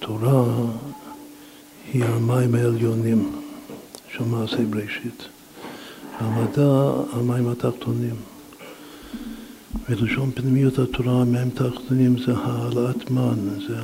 התורה היא המים העליונים של מעשה בראשית. המדע, המים התחתונים. ולשון פנימיות התורה, המים התחתונים זה העלאת מן, זה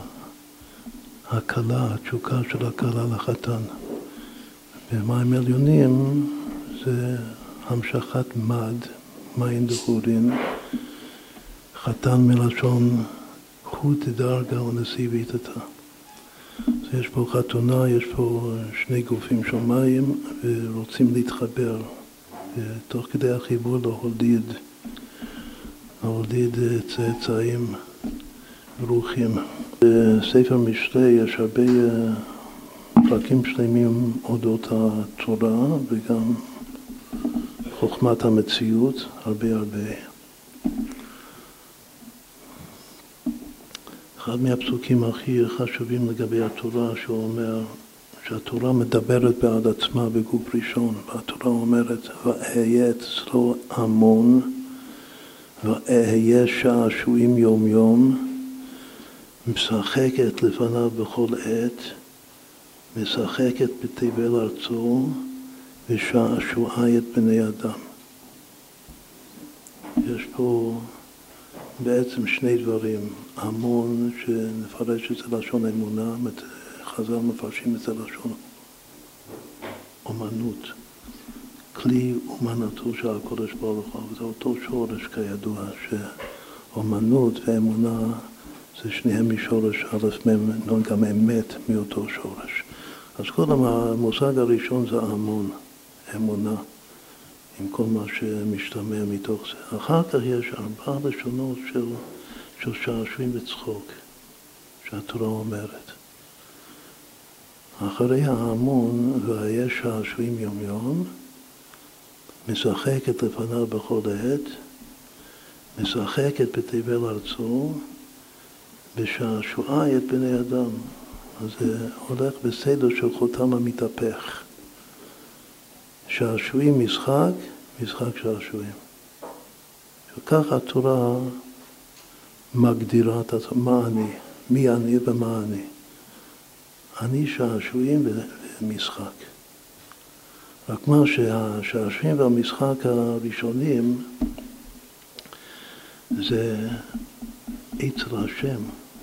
הקלה, התשוקה של הקלה לחתן. ומים עליונים זה המשכת מד, מים דחורין, חתן מלשון חוט דרגה ונשיא ואיתתה. אז יש פה חתונה, יש פה שני גופים של מים ורוצים להתחבר. ותוך כדי החיבור להוליד צאצאים ברוכים. בספר משלי יש הרבה פרקים שלמים אודות התורה וגם חוכמת המציאות, הרבה. אחד מהפסוקים הכי חשובים לגבי התורה שהוא אומר שהתורה מדברת בעד עצמה בגוף ראשון, והתורה אומרת ואהיה אצלו המון ואהיה שעשועים יום יום, משחקת לפניו בכל עת, משחקת בתבל ארצו ושעשועי את בני אדם. יש פה בעצם שני דברים, המון שנפרש את זה לשון אמונה, חז"ל מפרשים את זה לשון אומנות, כלי אומנותו של הקודש ברוך הוא, וזה אותו שורש כידוע, שאומנות ואמונה זה שניהם משורש א' מ', גם אמת מאותו שורש. אז קודם המושג הראשון זה המון, אמונה, עם כל מה שמשתמע מתוך זה. אחר כך יש 4 לשונות של שעשועים וצחוק, שהתורה אומרת. אחרי ההמון והיה שעשועים יום יום, משחקת לפניו בכל עת, משחקת בתבל ארצו, ושעשועי את בני אדם. אז זה הולך בסדר של חותם המתהפך. שעשועים משחק, משחק שעשועים. וכך התורה מגדירה את מה אני, מי אני ומה אני. אני שעשועים ומשחק. רק מה שהשעשועים והמשחק הראשונים זה אצל השם.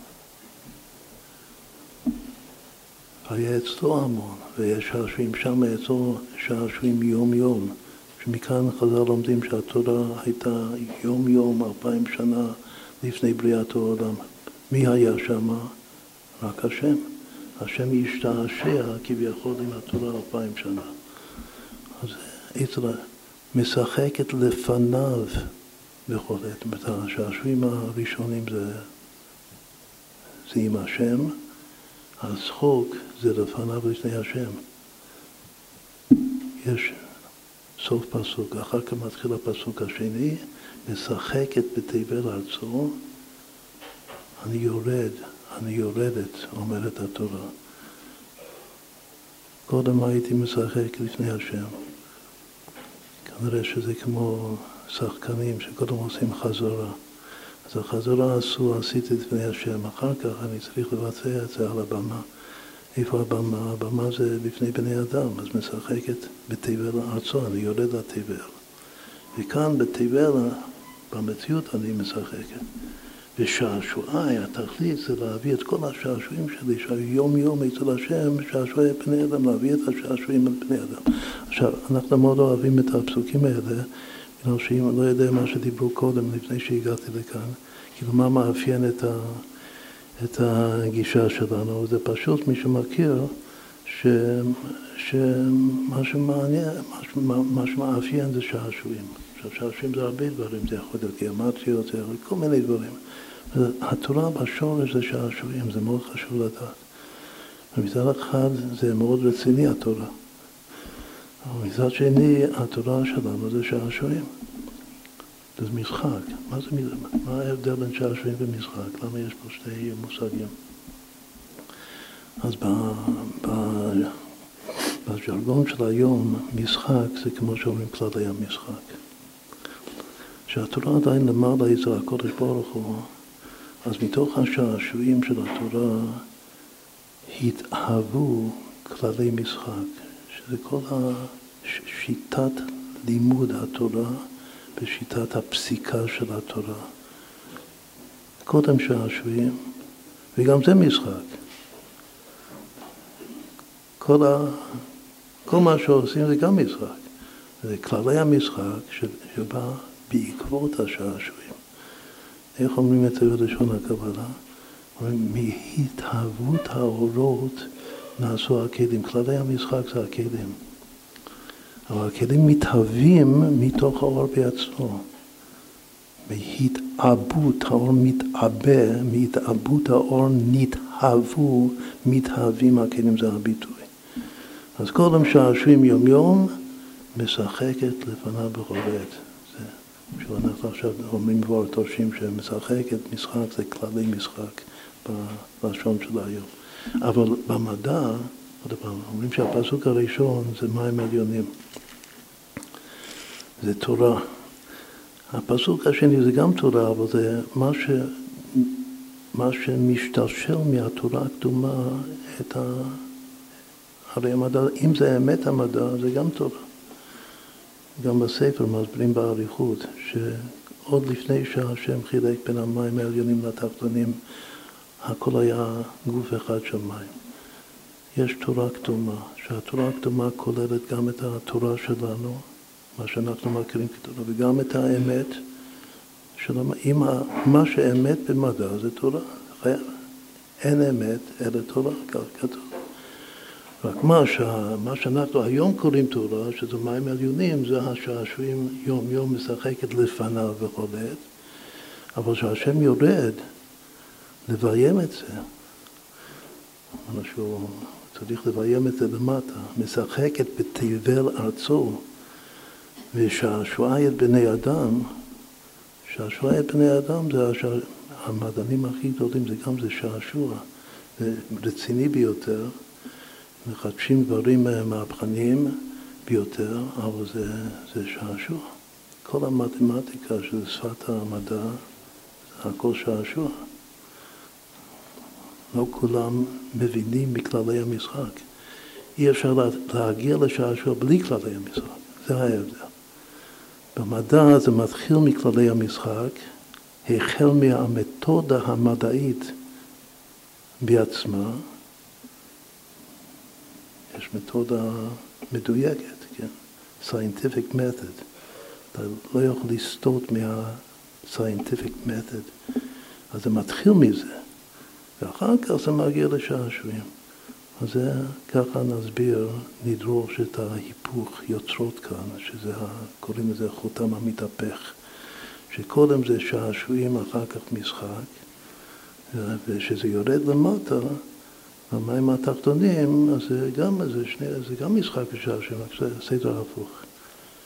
היה אצלו המון, ויש שעשועים שם, אצלו שעשועים יום יום. שמכאן חז"ל לומדים שהתורה הייתה יום יום, 2000 שנה לפני בריאת העולם. מי היה שם? רק השם. השם השתעשע כביכול עם התורה 2000 שנה. אז אצלה משחקת לפניו בכל עת. השעשועים הראשונים זה עם השם, הצחוק זה לפניו לפני השם. יש סוף פסוק, אחר כך מתחיל הפסוק השני, משחקת בתבל ארצו, אני יורדת, אומרת התורה. קודם הייתי משחק לפני השם. כנראה שזה כמו שחקנים שקודם עושים חזרה. אז החזרה עשיתי לפני השם, אחר כך אני צריך לבצע את זה על הבמה. איפה הבמה? הבמה זה בפני בני אדם, אז משחקת בתבל ארצו, אני יורד לתבל. וכאן בתבל, במציאות אני משחקת. ושעשועי, התכלית זה להביא את כל השעשועים שלי, שהיום יום אצל השם, שעשועי בני אדם, להביא את השעשועים על בני אדם. עכשיו, אנחנו מאוד אוהבים את הפסוקים האלה, בגלל שאם לא יודע מה שדיברו קודם, לפני שהגעתי לכאן, כאילו מה מאפיין את הגישה שלנו, זה פשוט מי שמכיר שמה שמאפיין זה שעשועים. עכשיו, שעשועים זה הרבה דברים, זה יכול להיות גיאומטריות, זה יכול להיות כל מיני דברים. התורה בשורש זה שעשועים, זה מאוד חשוב לדעת. ומצד אחד זה מאוד רציני התורה. אבל מצד שני, התורה שלנו זה שעשועים. זה משחק. מה ההבדל בין שעשועים ומשחק? למה יש פה שני מושגים? אז בז'רגון של היום, משחק זה כמו שאומרים כללי המשחק. שהתורה עדיין למעלה אצל הקודש ברוך הוא, אז מתוך השעשועים של התורה התהוו כללי משחק, שזה כל שיטת לימוד התורה ושיטת הפסיקה של התורה. קודם שעשועים, וגם זה משחק. כל מה שעושים זה גם משחק. זה כללי המשחק שבא בעקבות השעשועים. איך אומרים את זה בלשון הקבלה? אומרים, מהתהוות האורות נעשו הכלים. כללי המשחק זה הכלים. אבל הכלים מתהווים מתוך האור בעצמו. מהתעבות, האור מתעבה, מהתעבות האור נתהוו, מתהווים הכלים, זה הביטוי. אז קודם שעשועים יום יום, משחקת לפניו בחולת. אנחנו עכשיו אומרים כבר תורשים שמשחקת, משחק זה כללי משחק בלשון של היום. אבל במדע, עוד פעם, אומרים שהפסוק הראשון זה מים עליונים. זה תורה. הפסוק השני זה גם תורה, אבל זה מה שמשתלשל מהתורה הקדומה הרי המדע, אם זה אמת המדע, זה גם תורה. גם בספר מסבירים באריכות, שעוד לפני שהשם חילק בין המים העליונים לתחתונים, הכל היה גוף אחד של מים. יש תורה קדומה, שהתורה הקדומה כוללת גם את התורה שלנו, מה שאנחנו מכירים כתורה, וגם את האמת, אם מה שאמת במדע זה תורה, אין אמת אלא תורה, כך כתוב. רק מה שאנחנו היום קוראים תורה, שזה מים עליונים, זה השעשועים יום יום משחקת לפניו וחולת, אבל שהשם יורד לביים את זה, שהוא צריך לביים את זה למטה, משחקת בתבל ארצו, ושעשועי את בני אדם, שעשועי את בני אדם זה המדענים הכי גדולים, זה גם זה שעשוע, זה רציני ביותר, מחדשים דברים מהפכניים ביותר, אבל זה שעשוע. כל המתמטיקה של שפת המדע, זה הכל שעשוע. לא כולם מבינים מכללי המשחק. אי אפשר להגיע לשעשוע בלי כללי המשחק. זה ההבדל. במדע זה מתחיל מכללי המשחק, החל מהמתודה המדעית בעצמה, יש מתודה מדויקת, כן? scientific method. אתה לא יכול לסטות מה-scientific method. אז זה מתחיל מזה, ואחר כך זה מגיע לשעשועים. אז זה, ככה נסביר, נדרוש את ההיפוך יוצרות כאן, שזה, קוראים לזה חותם המתהפך. שקודם זה שעשועים, אחר כך משחק, ושזה יורד למטה, המים התחתונים, אז זה גם משחק ושעשועים, רק זה סדר הפוך.